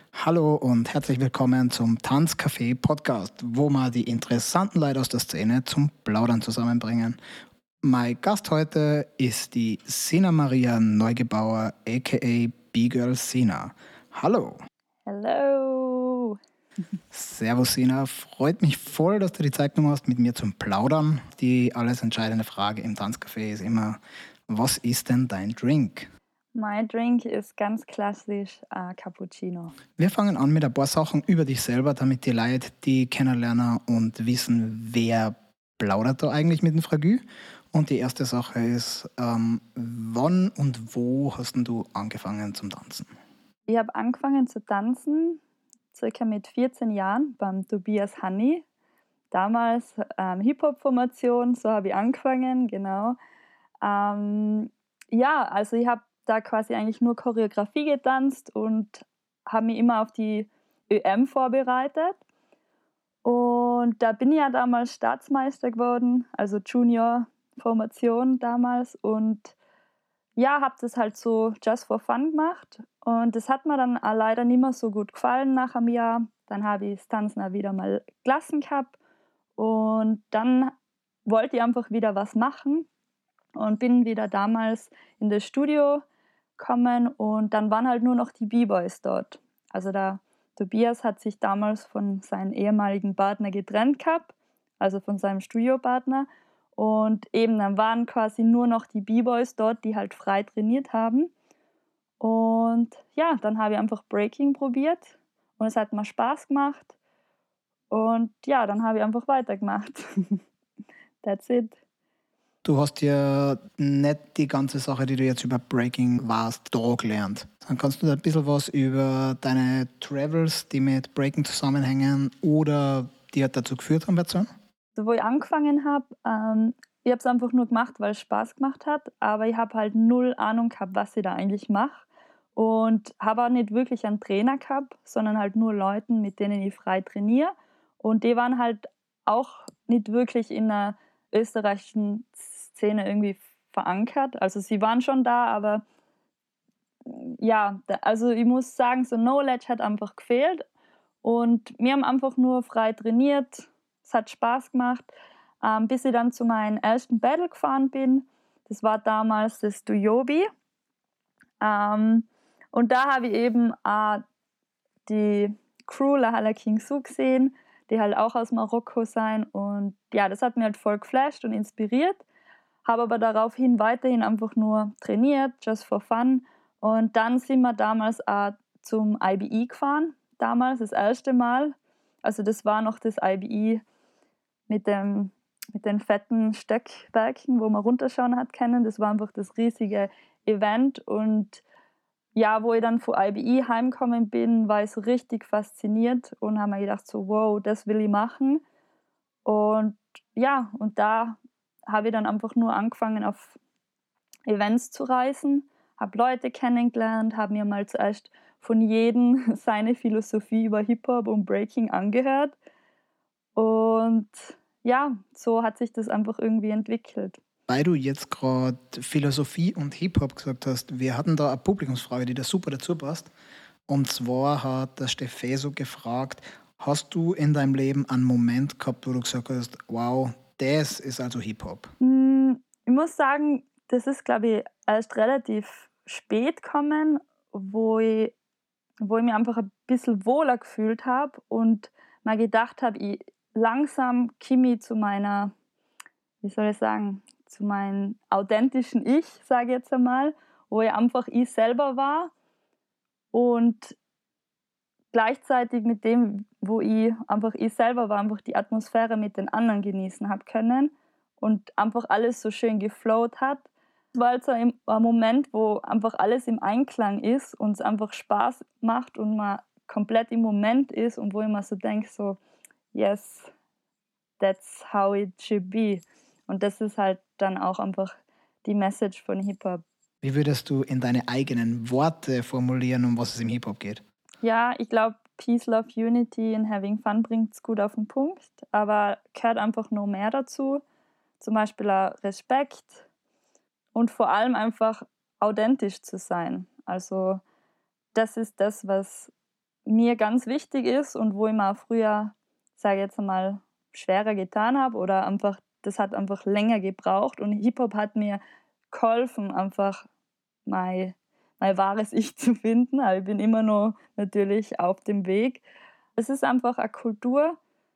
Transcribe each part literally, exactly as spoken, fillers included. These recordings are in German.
Hallo und herzlich willkommen zum Tanzcafé Podcast, wo wir die interessanten Leute aus der Szene zum Plaudern zusammenbringen. Mein Gast heute ist die Sina Maria Neugebauer, aka B-Girl Sina. Hallo. Hello. Servus Sina, freut mich voll, dass du die Zeit genommen hast, mit mir zum Plaudern. Die alles entscheidende Frage im Tanzcafé ist immer, was ist denn dein Drink? Mein Drink ist ganz klassisch äh, Cappuccino. Wir fangen an mit ein paar Sachen über dich selber, damit die Leute die kennenlernen und wissen, wer plaudert da eigentlich mit dem Fragü. Und die erste Sache ist, ähm, wann und wo hast denn du angefangen zum Tanzen? Ich habe angefangen zu tanzen, circa mit vierzehn Jahren beim Tobias Honey. Damals ähm, Hip-Hop-Formation, so habe ich angefangen, genau. Ähm, ja, also ich habe da quasi eigentlich nur Choreografie getanzt und habe mich immer auf die Ö M vorbereitet. Und da bin ich ja damals Staatsmeister geworden, also Junior-Formation damals. Und ja, habe das halt so just for fun gemacht. Und das hat mir dann auch leider nicht mehr so gut gefallen nach einem Jahr. Dann habe ich das Tanzen auch wieder mal gelassen gehabt. Und dann wollte ich einfach wieder was machen und bin wieder damals in das Studio gekommen. Und dann waren halt nur noch die B-Boys dort. Also der Tobias hat sich damals von seinem ehemaligen Partner getrennt gehabt, also von seinem Studiopartner. Und eben dann waren quasi nur noch die B-Boys dort, die halt frei trainiert haben. Und ja, dann habe ich einfach Breaking probiert und es hat mir Spaß gemacht. Und ja, dann habe ich einfach weitergemacht. That's it. Du hast ja nicht die ganze Sache, die du jetzt über Breaking warst, da gelernt. Dann kannst du da ein bisschen was über deine Travels, die mit Breaking zusammenhängen oder die halt dazu geführt haben, erzählen? Also, wo ich angefangen habe, ähm, ich habe es einfach nur gemacht, weil es Spaß gemacht hat, aber ich habe halt null Ahnung gehabt, was ich da eigentlich mache und habe auch nicht wirklich einen Trainer gehabt, sondern halt nur Leuten, mit denen ich frei trainiere und die waren halt auch nicht wirklich in der österreichischen Szene irgendwie verankert. Also, sie waren schon da, aber ja, da also, ich muss sagen, so Knowledge hat einfach gefehlt und wir haben einfach nur frei trainiert. Es hat Spaß gemacht, ähm, bis ich dann zu meinem ersten Battle gefahren bin. Das war damals das Duyobi. Ähm, und da habe ich eben auch die Crew Lahala King Su gesehen, die halt auch aus Marokko sein. Und ja, das hat mich halt voll geflasht und inspiriert. Habe aber daraufhin weiterhin einfach nur trainiert, just for fun. Und dann sind wir damals auch zum I B E gefahren, damals das erste Mal. Also das war noch das I B E mit, dem, mit den fetten Stöckwerken, wo man runterschauen hat können. Das war einfach das riesige Event. Und ja, wo ich dann von I B E heimgekommen bin, war ich so richtig fasziniert und habe mir gedacht, so wow, das will ich machen. Und ja, und da habe ich dann einfach nur angefangen, auf Events zu reisen, habe Leute kennengelernt, habe mir mal zuerst von jedem seine Philosophie über Hip-Hop und Breaking angehört. Und ja, so hat sich das einfach irgendwie entwickelt. Weil du jetzt gerade Philosophie und Hip-Hop gesagt hast, wir hatten da eine Publikumsfrage, die da super dazu passt. Und zwar hat der Stefeso gefragt, hast du in deinem Leben einen Moment gehabt, wo du gesagt hast, wow, das ist also Hip-Hop? Mm, Ich muss sagen, das ist, glaube ich, erst relativ spät gekommen, wo ich, wo ich mich einfach ein bisschen wohler gefühlt habe und mal gedacht habe, ich langsam komme ich zu meiner, wie soll ich sagen, zu meinem authentischen Ich, sage ich jetzt einmal, wo ich einfach ich selber war und gleichzeitig mit dem, wo ich einfach ich selber war, einfach die Atmosphäre mit den anderen genießen habe können und einfach alles so schön geflowt hat. Es war halt so ein ein Moment, wo einfach alles im Einklang ist und es einfach Spaß macht und man komplett im Moment ist und wo ich mir so denke, so, yes, that's how it should be. Und das ist halt dann auch einfach die Message von Hip-Hop. Wie würdest du in deine eigenen Worte formulieren, um was es im Hip-Hop geht? Ja, ich glaube, Peace, Love, Unity und Having Fun bringt es gut auf den Punkt, aber gehört einfach noch mehr dazu. Zum Beispiel auch Respekt und vor allem einfach authentisch zu sein. Also das ist das, was mir ganz wichtig ist und wo ich mir auch früher, sage ich jetzt einmal, schwerer getan habe oder einfach das hat einfach länger gebraucht und Hip-Hop hat mir geholfen, einfach mein mein wahres Ich zu finden, aber ich bin immer noch natürlich auf dem Weg. Es ist einfach eine Kultur,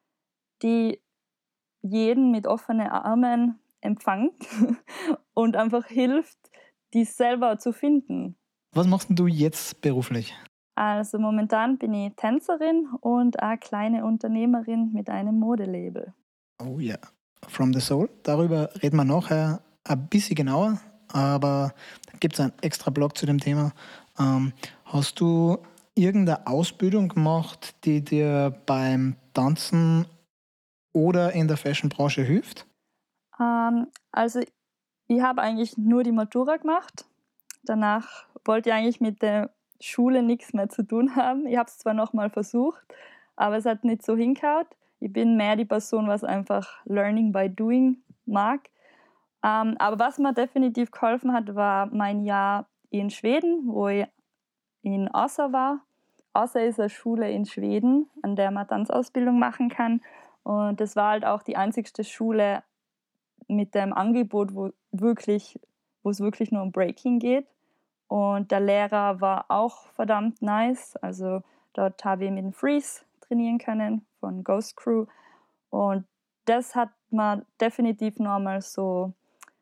die jeden mit offenen Armen empfängt und einfach hilft, die selber zu finden. Was machst denn du jetzt beruflich? Also momentan bin ich Tänzerin und eine kleine Unternehmerin mit einem Modelabel. Oh ja, From the Soul. Darüber reden wir nachher ein bisschen genauer, aber da gibt es einen extra Blog zu dem Thema. Ähm, hast du irgendeine Ausbildung gemacht, die dir beim Tanzen oder in der Fashionbranche hilft? Ähm, also ich habe eigentlich nur die Matura gemacht. Danach wollte ich eigentlich mit der Schule nichts mehr zu tun haben. Ich habe es zwar noch mal versucht, aber es hat nicht so hingehauen. Ich bin mehr die Person, was einfach Learning by Doing mag. Ähm, aber was mir definitiv geholfen hat, war mein Jahr in Schweden, wo ich in Asa war. Asa ist eine Schule in Schweden, an der man Tanzausbildung machen kann. Und das war halt auch die einzigste Schule mit dem Angebot, wo wirklich, wo es wirklich nur um Breaking geht. Und der Lehrer war auch verdammt nice. Also dort habe ich mit dem Freeze trainieren können von Ghost Crew. Und das hat mir definitiv nochmal so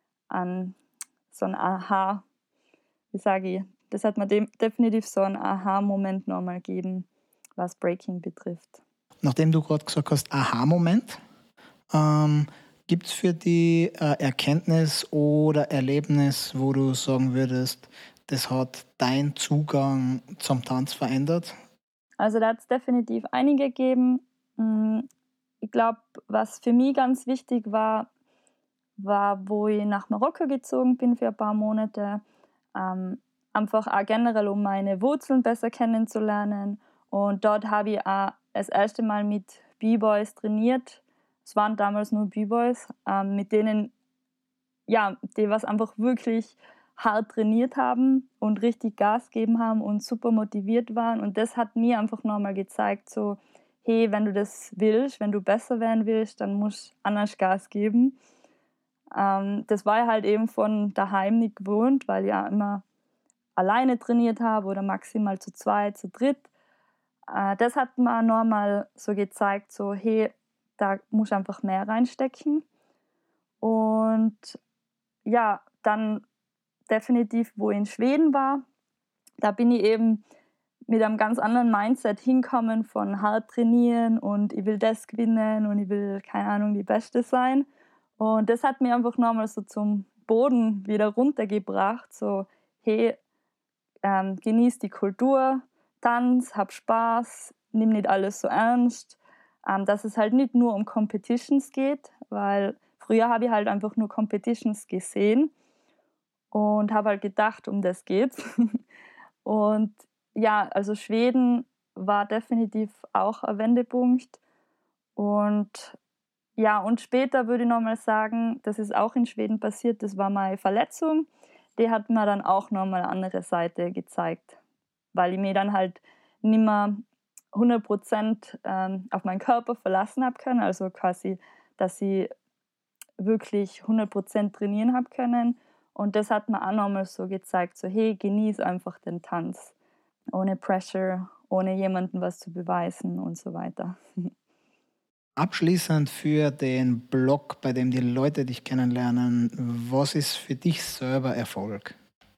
an so ein Aha, wie sage ich, das hat mir de- definitiv so einen Aha-Moment nochmal gegeben, was Breaking betrifft. Nachdem du gerade gesagt hast, Aha-Moment, ähm, gibt es für die äh, Erkenntnis oder Erlebnis, wo du sagen würdest, das hat dein Zugang zum Tanz verändert? Also da hat es definitiv einige gegeben. Mm, Ich glaube, was für mich ganz wichtig war, war, wo ich nach Marokko gezogen bin für ein paar Monate. Ähm, einfach auch generell, um meine Wurzeln besser kennenzulernen. Und dort habe ich auch das erste Mal mit B-Boys trainiert. Es waren damals nur B-Boys, ähm, mit denen, ja, die was einfach wirklich hart trainiert haben und richtig Gas gegeben haben und super motiviert waren. Und das hat mir einfach nochmal gezeigt, so, hey, wenn du das willst, wenn du besser werden willst, dann musst du anders Gas geben. Ähm, das war ich halt eben von daheim nicht gewohnt, weil ich ja immer alleine trainiert habe oder maximal zu zweit, zu dritt. Äh, das hat mir nochmal so gezeigt, so hey, da muss ich einfach mehr reinstecken. Und ja, dann definitiv, wo ich in Schweden war, da bin ich eben mit einem ganz anderen Mindset hinkommen von hart trainieren und ich will das gewinnen und ich will, keine Ahnung, die Beste sein. Und das hat mir einfach nochmal so zum Boden wieder runtergebracht, so hey, ähm, genieß die Kultur, tanz, hab Spaß, nimm nicht alles so ernst, ähm, dass es halt nicht nur um Competitions geht, weil früher habe ich halt einfach nur Competitions gesehen und habe halt gedacht, um das geht's. Und ja, also Schweden war definitiv auch ein Wendepunkt. Und ja, und später würde ich nochmal sagen, das ist auch in Schweden passiert, das war meine Verletzung. Die hat mir dann auch nochmal eine andere Seite gezeigt, weil ich mich dann halt nicht mehr hundert Prozent ähm, auf meinen Körper verlassen habe können, also quasi, dass ich wirklich hundert Prozent trainieren habe können. Und das hat mir auch nochmal so gezeigt, so hey, genieß einfach den Tanz, ohne Pressure, ohne jemandem was zu beweisen und so weiter. Abschließend für den Blog, bei dem die Leute dich kennenlernen, was ist für dich selber Erfolg?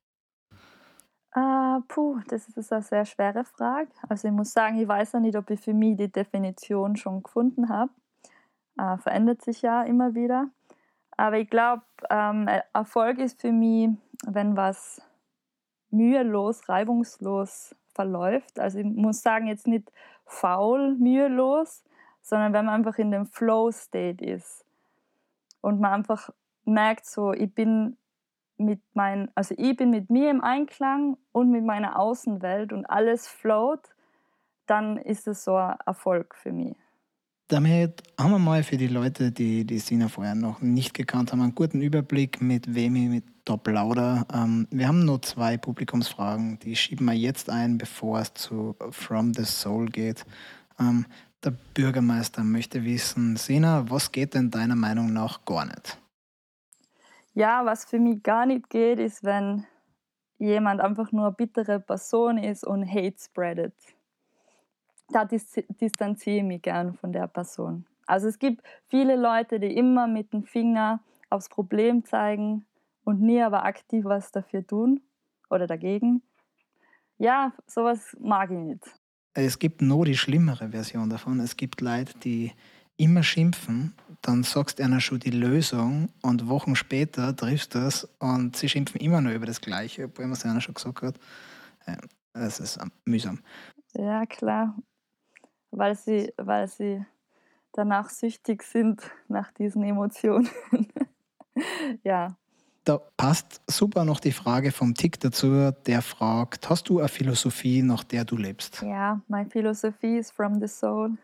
Äh, puh, das ist eine sehr schwere Frage. Also ich muss sagen, ich weiß ja nicht, ob ich für mich die Definition schon gefunden habe. Äh, verändert sich ja immer wieder. Aber ich glaube, ähm, Erfolg ist für mich, wenn was mühelos, reibungslos verläuft. Also ich muss sagen, jetzt nicht faul, mühelos, sondern wenn man einfach in dem Flow-State ist und man einfach merkt, so ich bin mit mein, also ich bin mit mir im Einklang und mit meiner Außenwelt und alles float, dann ist es so ein Erfolg für mich. Damit haben wir mal für die Leute, die die Sina vorher noch nicht gekannt haben, einen guten Überblick, mit wem ich mit da plauder. Ähm, wir haben nur zwei Publikumsfragen, die schieben wir jetzt ein, bevor es zu From the Soul geht. Ähm, der Bürgermeister möchte wissen, Sina, was geht denn deiner Meinung nach gar nicht? Ja, was für mich gar nicht geht, ist, wenn jemand einfach nur eine bittere Person ist und Hate spreadet. Da dis distanziere ich mich gern von der Person. Also, es gibt viele Leute, die immer mit dem Finger aufs Problem zeigen und nie aber aktiv was dafür tun oder dagegen. Ja, sowas mag ich nicht. Es gibt noch die schlimmere Version davon. Es gibt Leute, die immer schimpfen, dann sagst du einer schon die Lösung und Wochen später triffst du das und sie schimpfen immer nur über das Gleiche, obwohl man es einer schon gesagt hat. Ja, das ist ähm, mühsam. Ja, klar, weil sie weil sie danach süchtig sind nach diesen Emotionen. Ja. Da passt super noch die Frage vom Tick dazu, der fragt, hast du eine Philosophie, nach der du lebst? Ja, my philosophy is from the soul.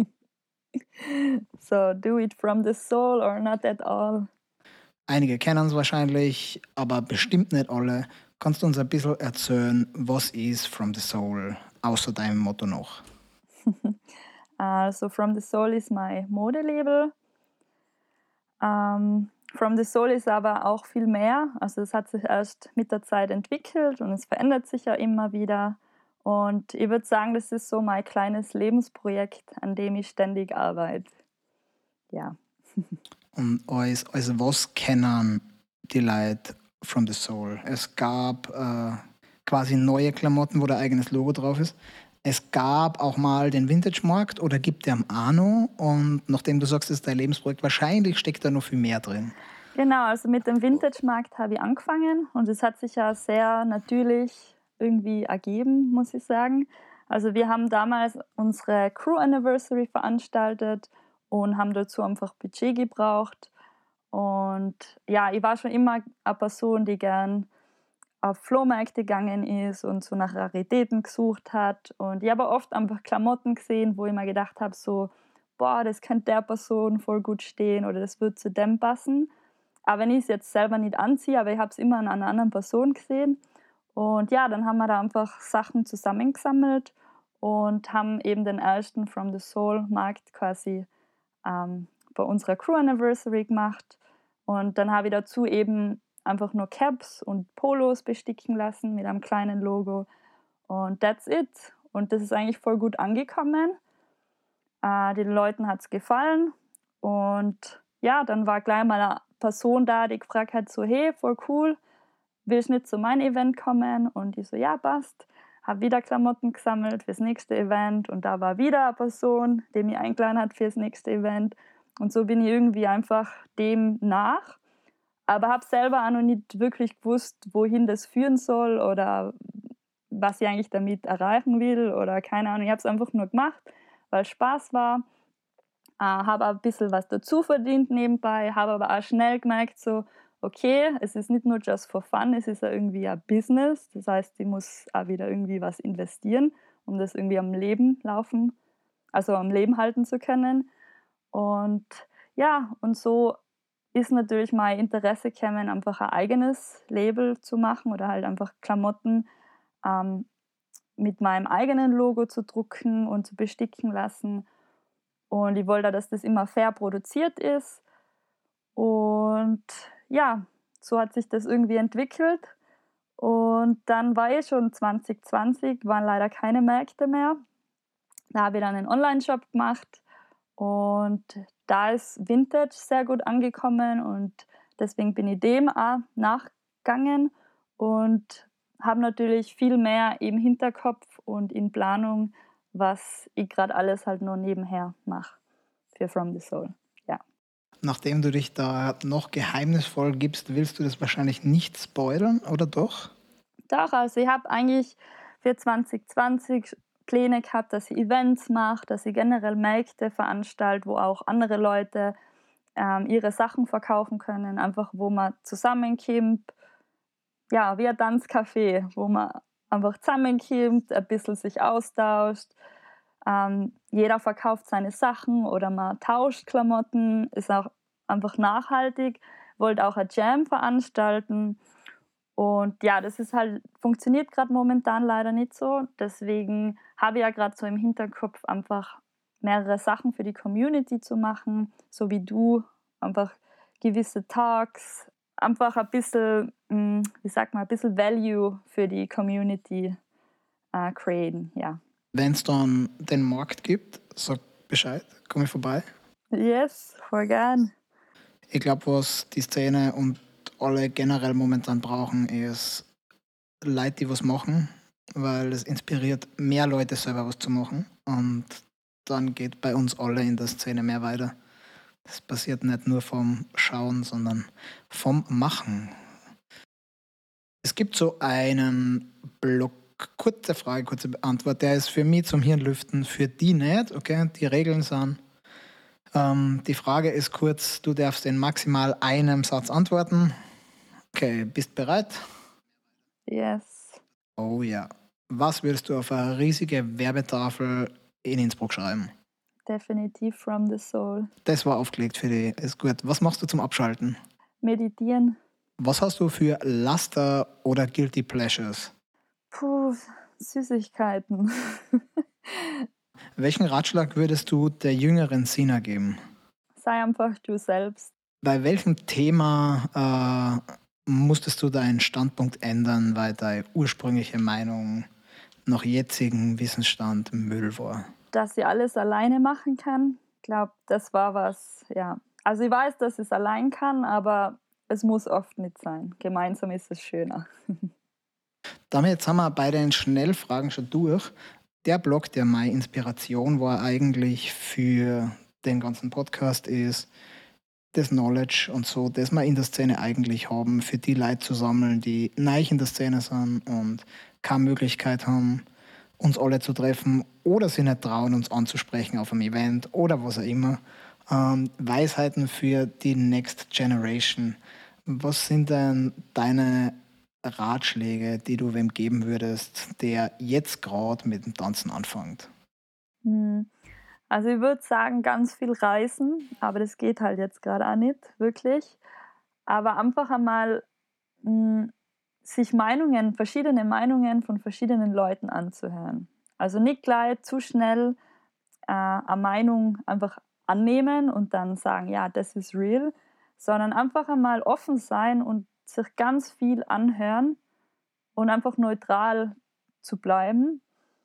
So, do it from the soul or not at all. Einige kennen es wahrscheinlich, aber bestimmt nicht alle. Kannst du uns ein bisschen erzählen, was ist From the Soul, außer deinem Motto noch? Also, From the Soul ist mein Modelabel. Ähm, From the Soul ist aber auch viel mehr. Also, es hat sich erst mit der Zeit entwickelt und es verändert sich ja immer wieder. Und ich würde sagen, das ist so mein kleines Lebensprojekt, an dem ich ständig arbeite. Ja. Und als, als was kennen die Leute From the Soul? Es gab äh, quasi neue Klamotten, wo der eigenes Logo drauf ist. Es gab auch mal den Vintage-Markt oder gibt der am Arno? Und nachdem du sagst, das ist dein Lebensprojekt, wahrscheinlich steckt da noch viel mehr drin. Genau, also mit dem Vintage-Markt habe ich angefangen und es hat sich ja sehr natürlich irgendwie ergeben, muss ich sagen. Also wir haben damals unsere Crew Anniversary veranstaltet und haben dazu einfach Budget gebraucht. Und ja, ich war schon immer eine Person, die gern auf Flohmärkte gegangen ist und so nach Raritäten gesucht hat. Und ich habe oft einfach Klamotten gesehen, wo ich mir gedacht habe, so, boah, das könnte der Person voll gut stehen oder das würde zu dem passen. Aber wenn ich es jetzt selber nicht anziehe, aber ich habe es immer an einer anderen Person gesehen. Und ja, dann haben wir da einfach Sachen zusammengesammelt und haben eben den ersten From the Soul Markt quasi ähm, bei unserer Crew Anniversary gemacht. Und dann habe ich dazu eben einfach nur Caps und Polos besticken lassen mit einem kleinen Logo. Und that's it. Und das ist eigentlich voll gut angekommen. Äh, den Leuten hat es gefallen. Und ja, dann war gleich mal eine Person da, die gefragt hat, so, hey, voll cool, willst du nicht zu meinem Event kommen? Und ich so, ja, passt. Habe wieder Klamotten gesammelt fürs nächste Event und da war wieder eine Person, die mich eingeladen hat fürs nächste Event. Und so bin ich irgendwie einfach dem nach, aber habe selber auch noch nicht wirklich gewusst, wohin das führen soll oder was ich eigentlich damit erreichen will oder keine Ahnung. Ich habe es einfach nur gemacht, weil es Spaß war. Äh, habe ein bisschen was dazu verdient nebenbei, habe aber auch schnell gemerkt, so, okay, es ist nicht nur just for fun, es ist ja irgendwie ein Business. Das heißt, ich muss auch wieder irgendwie was investieren, um das irgendwie am Leben laufen, also am Leben halten zu können. Und ja, und so ist natürlich mein Interesse gekommen, einfach ein eigenes Label zu machen oder halt einfach Klamotten ähm, mit meinem eigenen Logo zu drucken und zu besticken lassen. Und ich wollte, dass das immer fair produziert ist. Und ja, so hat sich das irgendwie entwickelt. Und dann war eh schon zwanzig zwanzig, waren leider keine Märkte mehr. Da habe ich dann einen Online-Shop gemacht und da ist Vintage sehr gut angekommen und deswegen bin ich dem auch nachgegangen und habe natürlich viel mehr im Hinterkopf und in Planung, was ich gerade alles halt nur nebenher mache für From the Soul. Ja. Nachdem du dich da noch geheimnisvoll gibst, willst du das wahrscheinlich nicht spoilern, oder doch? Doch, also ich habe eigentlich für zwanzig zwanzig Pläne gehabt, dass ich Events mache, dass ich generell Märkte veranstalte, wo auch andere Leute ähm, ihre Sachen verkaufen können, einfach wo man zusammenkommt. Ja, wie ein Tanzcafé, wo man einfach zusammenkommt, ein bisschen sich austauscht, Ähm, jeder verkauft seine Sachen oder man tauscht Klamotten, ist auch einfach nachhaltig, wollte auch eine Jam veranstalten. Und ja, das ist halt, funktioniert gerade momentan leider nicht so. Deswegen habe ich ja gerade so im Hinterkopf, einfach mehrere Sachen für die Community zu machen, so wie du, einfach gewisse Talks, einfach ein bisschen, mm, wie sagt man, ein bisschen Value für die Community äh, createn, ja. Wenn es dann den Markt gibt, sag Bescheid, komme ich vorbei. Yes, voll gern. Ich glaube, was die Szene und alle generell momentan brauchen, ist Leute, die was machen, weil es inspiriert mehr Leute selber was zu machen und dann geht bei uns alle in der Szene mehr weiter. Das passiert nicht nur vom Schauen, sondern vom Machen. Es gibt so einen Block, kurze Frage, kurze Antwort, der ist für mich zum Hirnlüften, für die nicht, okay? Die Regeln sind, ähm, die Frage ist kurz, du darfst in maximal einem Satz antworten. Okay, bist bereit? Yes. Oh ja. Was würdest du auf eine riesige Werbetafel in Innsbruck schreiben? Definitiv from the soul. Das war aufgelegt für die, ist gut. Was machst du zum Abschalten? Meditieren. Was hast du für Laster oder Guilty Pleasures? Puh, Süßigkeiten. Welchen Ratschlag würdest du der jüngeren Sina geben? Sei einfach du selbst. Bei welchem Thema äh, musstest du deinen Standpunkt ändern, weil deine ursprüngliche Meinung nach jetzigem Wissensstand Müll war? Dass ich alles alleine machen kann. Ich glaube, das war was, ja. Also ich weiß, dass ich es allein kann, aber es muss oft nicht sein. Gemeinsam ist es schöner. Damit sind wir bei den Schnellfragen schon durch. Der Blog der Mai Inspiration war eigentlich für den ganzen Podcast ist das Knowledge und so, das wir in der Szene eigentlich haben, für die Leute zu sammeln, die neu in der Szene sind und keine Möglichkeit haben, uns alle zu treffen oder sich nicht trauen, uns anzusprechen auf einem Event oder was auch immer. Ähm, Weisheiten für die Next Generation. Was sind denn deine Ratschläge, die du wem geben würdest, der jetzt gerade mit dem Tanzen anfängt? Hm. Also ich würde sagen, ganz viel reisen, aber das geht halt jetzt gerade auch nicht, wirklich. Aber einfach einmal hm, sich Meinungen, verschiedene Meinungen von verschiedenen Leuten anzuhören. Also nicht gleich zu schnell äh, eine Meinung einfach annehmen und dann sagen, ja, das ist real, sondern einfach einmal offen sein und sich ganz viel anhören und einfach neutral zu bleiben.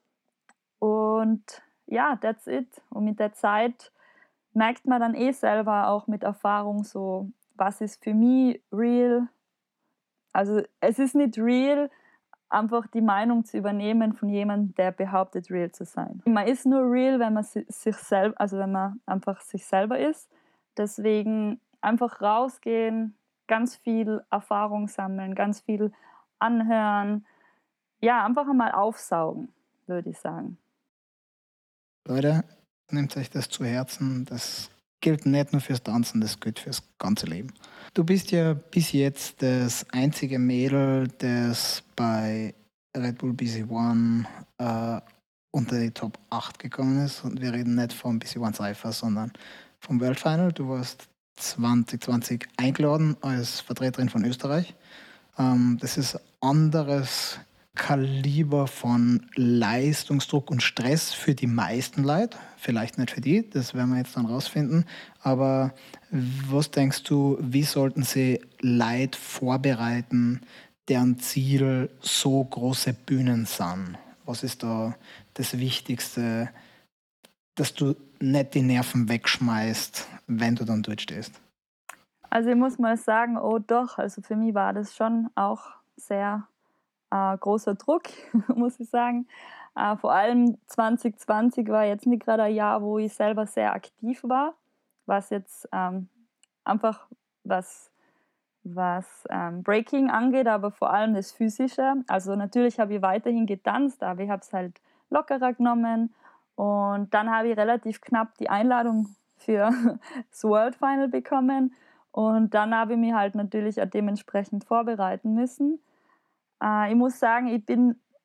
Und ja, that's it. Und mit der Zeit merkt man dann eh selber auch mit Erfahrung so, was ist für mich real. Also es ist nicht real, einfach die Meinung zu übernehmen von jemandem, der behauptet, real zu sein. Man ist nur real, wenn man si- sich selber, also wenn man einfach sich selber ist. Deswegen einfach rausgehen, ganz viel Erfahrung sammeln, ganz viel anhören. Ja, einfach einmal aufsaugen, würde ich sagen. Leute, nehmt euch das zu Herzen. Das gilt nicht nur fürs Tanzen, das gilt fürs ganze Leben. Du bist ja bis jetzt das einzige Mädel, das bei Red Bull B C One äh, unter die Top acht gekommen ist. Und wir reden nicht vom B C One Cypher, sondern vom World Final. Du warst zwanzig zwanzig eingeladen als Vertreterin von Österreich. Ähm, das ist anderes Kaliber von Leistungsdruck und Stress für die meisten Leute. Vielleicht nicht für die, das werden wir jetzt dann rausfinden. Aber was denkst du, wie sollten sie Leute vorbereiten, deren Ziel so große Bühnen sind? Was ist da das Wichtigste, dass du nicht die Nerven wegschmeißt, wenn du dann dort stehst? Also ich muss mal sagen, oh doch, also für mich war das schon auch sehr äh, großer Druck, muss ich sagen. Äh, vor allem zwanzig zwanzig war jetzt nicht gerade ein Jahr, wo ich selber sehr aktiv war, was jetzt ähm, einfach was, was ähm, Breaking angeht, aber vor allem das Physische. Also natürlich habe ich weiterhin getanzt, aber ich habe es halt lockerer genommen. Und dann habe ich relativ knapp die Einladung für das World Final bekommen. Und dann habe ich mich halt natürlich auch dementsprechend vorbereiten müssen. Äh, ich muss sagen, ich bin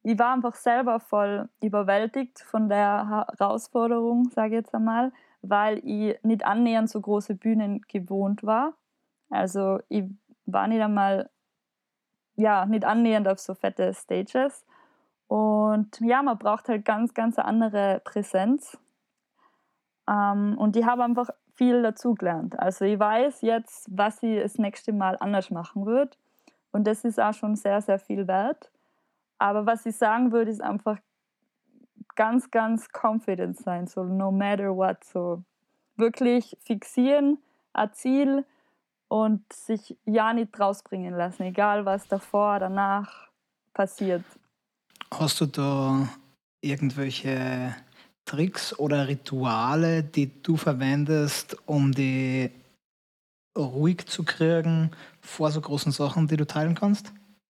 ich war einfach selber voll überwältigt von der Herausforderung, sage ich jetzt einmal, weil ich nicht annähernd so große Bühnen gewohnt war. Also ich war nicht einmal, ja, nicht annähernd auf so fette Stages. Und ja, man braucht halt ganz, ganz eine andere Präsenz. Ähm, und ich habe einfach viel dazugelernt. Also ich weiß jetzt, was ich das nächste Mal anders machen würde. Und das ist auch schon sehr, sehr viel wert. Aber was ich sagen würde, ist einfach ganz, ganz confident sein, so no matter what, so wirklich fixieren, ein Ziel und sich ja nicht rausbringen lassen, egal was davor, danach passiert. Hast du da irgendwelche Tricks oder Rituale, die du verwendest, um die ruhig zu kriegen vor so großen Sachen, die du teilen kannst?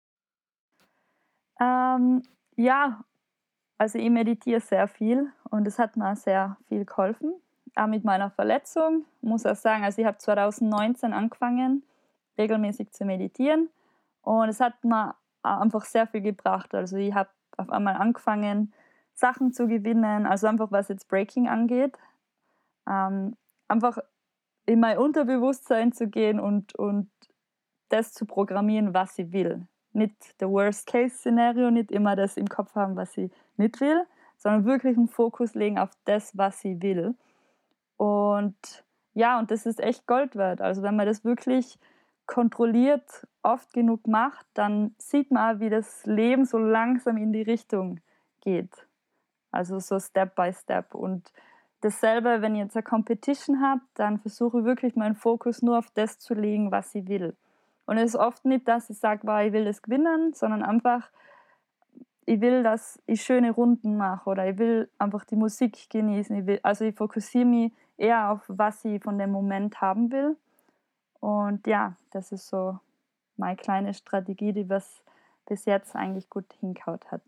Ähm, ja, also ich meditiere sehr viel und es hat mir auch sehr viel geholfen. Auch mit meiner Verletzung, muss ich sagen, also ich habe zwanzig neunzehn angefangen, regelmäßig zu meditieren und es hat mir auch einfach sehr viel gebracht. Also ich habe auf einmal angefangen, Sachen zu gewinnen, also einfach was jetzt Breaking angeht. Ähm, einfach in mein Unterbewusstsein zu gehen und, und das zu programmieren, was ich will. Nicht der Worst-Case-Szenario, nicht immer das im Kopf haben, was ich nicht will, sondern wirklich einen Fokus legen auf das, was ich will. Und ja, und das ist echt Gold wert. Also wenn man das wirklich kontrolliert oft genug macht, dann sieht man auch, wie das Leben so langsam in die Richtung geht. Also so Step by Step. Und dasselbe, wenn ich jetzt eine Competition habe, dann versuche ich wirklich meinen Fokus nur auf das zu legen, was ich will. Und es ist oft nicht, dass ich sage, wow, ich will das gewinnen, sondern einfach, ich will, dass ich schöne Runden mache oder ich will einfach die Musik genießen. Ich will, also ich fokussiere mich eher auf, was ich von dem Moment haben will. Und ja, das ist so meine kleine Strategie, die was bis jetzt eigentlich gut hingehaut hat.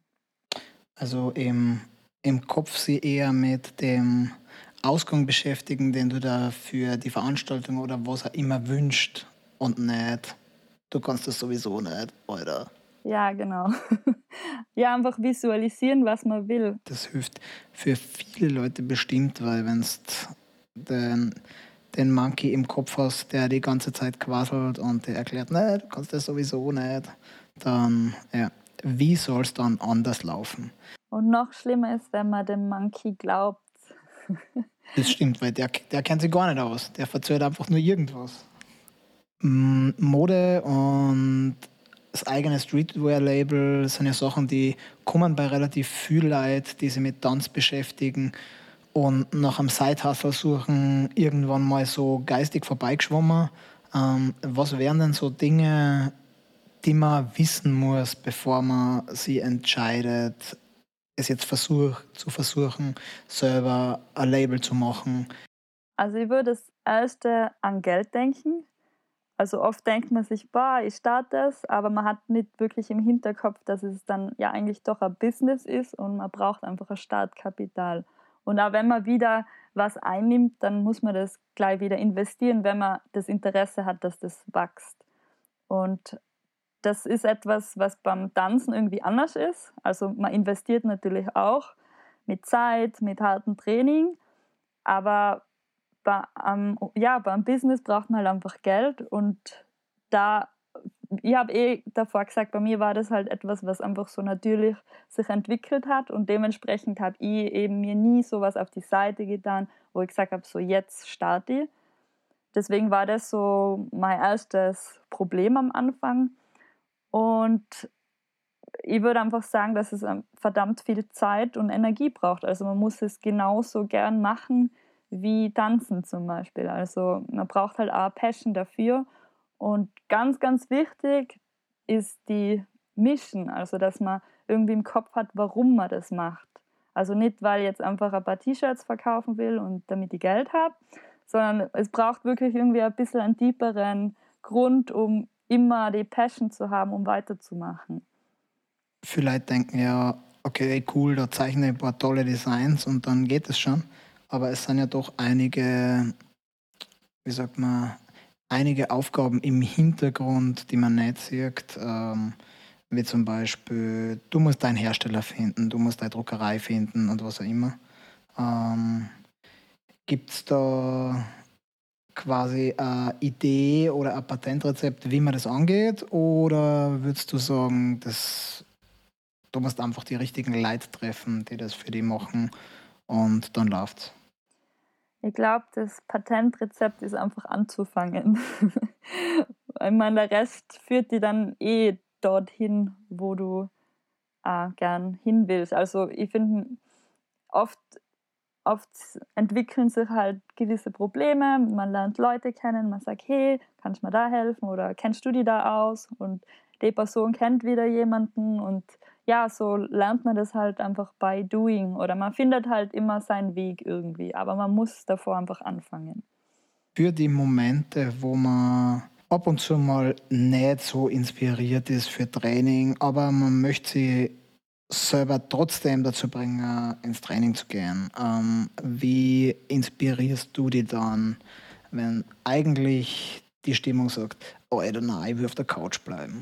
Also im, im Kopf sie eher mit dem Ausgang beschäftigen, den du da für die Veranstaltung oder was auch immer wünscht und nicht, du kannst das sowieso nicht, Alter. Ja, genau. Ja, einfach visualisieren, was man will. Das hilft für viele Leute bestimmt, weil wenn du den, den Monkey im Kopf hast, der die ganze Zeit quasselt und der erklärt, nein, du kannst das sowieso nicht, dann, ja, wie soll es dann anders laufen? Und noch schlimmer ist, wenn man dem Monkey glaubt. Das stimmt, weil der, der kennt sich gar nicht aus. Der verzählt einfach nur irgendwas. Mm, Mode und das eigene Streetwear-Label sind ja Sachen, die kommen bei relativ viel Leuten, die sich mit Tanz beschäftigen und nach einem Side-Hustle suchen, irgendwann mal so geistig vorbeigeschwommen. Ähm, was wären denn so Dinge, die man wissen muss, bevor man sich entscheidet, es jetzt versucht, zu versuchen, selber ein Label zu machen? Also ich würde das erste an Geld denken. Also oft denkt man sich, boah, ich starte das, aber man hat nicht wirklich im Hinterkopf, dass es dann ja eigentlich doch ein Business ist und man braucht einfach ein Startkapital. Und auch wenn man wieder was einnimmt, dann muss man das gleich wieder investieren, wenn man das Interesse hat, dass das wächst. Und das ist etwas, was beim Tanzen irgendwie anders ist. Also man investiert natürlich auch mit Zeit, mit hartem Training, aber bei, ähm, ja, beim Business braucht man halt einfach Geld und da, ich habe eh davor gesagt, bei mir war das halt etwas, was einfach so natürlich sich entwickelt hat und dementsprechend habe ich eben mir nie sowas auf die Seite getan, wo ich gesagt habe, so jetzt starte ich. Deswegen war das so mein erstes Problem am Anfang und ich würde einfach sagen, dass es verdammt viel Zeit und Energie braucht. Also man muss es genauso gern machen wie tanzen zum Beispiel. Also man braucht halt auch Passion dafür. Und ganz, ganz wichtig ist die Mission, also dass man irgendwie im Kopf hat, warum man das macht. Also nicht, weil ich jetzt einfach ein paar T-Shirts verkaufen will und damit ich Geld habe, sondern es braucht wirklich irgendwie ein bisschen einen tieferen Grund, um immer die Passion zu haben, um weiterzumachen. Viele Leute denken ja, okay, cool, da zeichne ich ein paar tolle Designs und dann geht es schon. Aber es sind ja doch einige, wie sagt man, einige Aufgaben im Hintergrund, die man nicht sieht. Ähm, wie zum Beispiel, du musst deinen Hersteller finden, du musst deine Druckerei finden und was auch immer. Ähm, Gibt es da quasi eine Idee oder ein Patentrezept, wie man das angeht? Oder würdest du sagen, dass du musst einfach die richtigen Leute treffen, die das für dich machen und dann läuft's? Ich glaube, das Patentrezept ist einfach anzufangen. Ich meine, der Rest führt dich dann eh dorthin, wo du, äh, gern hin willst. Also, ich finde, oft oft entwickeln sich halt gewisse Probleme. Man lernt Leute kennen, man sagt: „Hey, kannst du mir da helfen?“ oder „Kennst du die da aus?“ Und die Person kennt wieder jemanden und ja, so lernt man das halt einfach by doing oder man findet halt immer seinen Weg irgendwie, aber man muss davor einfach anfangen. Für die Momente, wo man ab und zu mal nicht so inspiriert ist für Training, aber man möchte sie selber trotzdem dazu bringen, ins Training zu gehen. Ähm, wie inspirierst du die dann, wenn eigentlich die Stimmung sagt, Alter, nein, ich will auf der Couch bleiben?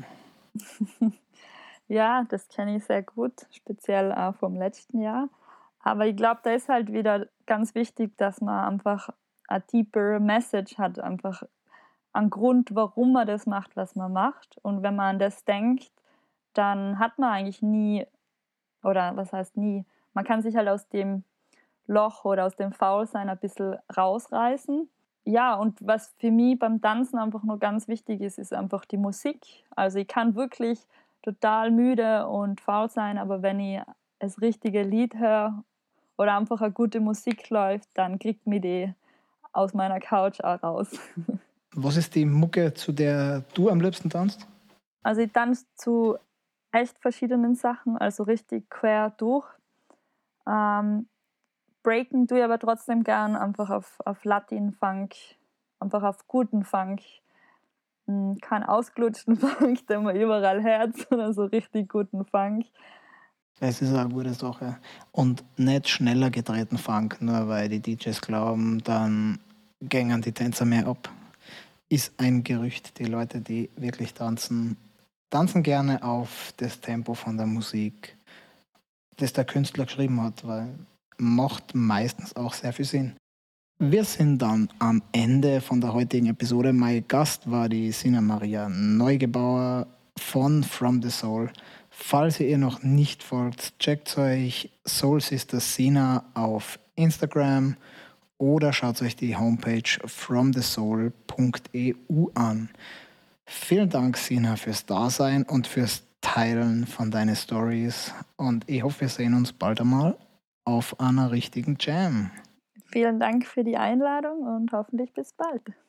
Ja, das kenne ich sehr gut, speziell auch vom letzten Jahr. Aber ich glaube, da ist halt wieder ganz wichtig, dass man einfach a deeper Message hat, einfach einen Grund, warum man das macht, was man macht. Und wenn man an das denkt, dann hat man eigentlich nie oder was heißt nie, man kann sich halt aus dem Loch oder aus dem Faulsein ein bisschen rausreißen. Ja, und was für mich beim Tanzen einfach nur ganz wichtig ist, ist einfach die Musik. Also, ich kann wirklich total müde und faul sein, aber wenn ich das richtige Lied höre oder einfach eine gute Musik läuft, dann kriegt mich die aus meiner Couch auch raus. Was ist die Mucke, zu der du am liebsten tanzt? Also, ich tanze zu echt verschiedenen Sachen, also richtig quer durch. Ähm, Breaken tue ich aber trotzdem gern einfach auf auf Latin-Funk, einfach auf guten Funk. Hm, keinen ausgelutschten Funk, den man überall hört, sondern so richtig guten Funk. Es ist eine gute Sache. Und nicht schneller gedrehten Funk, nur weil die D Js glauben, dann gängen die Tänzer mehr ab. Ist ein Gerücht. Die Leute, die wirklich tanzen, tanzen gerne auf das Tempo von der Musik, das der Künstler geschrieben hat, weil macht meistens auch sehr viel Sinn. Wir sind dann am Ende von der heutigen Episode. Mein Gast war die Sina Maria Neugebauer von From the Soul. Falls ihr ihr noch nicht folgt, checkt euch Soul Sister Sina auf Instagram oder schaut euch die Homepage from the soul punkt e u an. Vielen Dank, Sina, fürs Dasein und fürs Teilen von deinen Stories. Und ich hoffe, wir sehen uns bald einmal auf einer richtigen Jam. Vielen Dank für die Einladung und hoffentlich bis bald.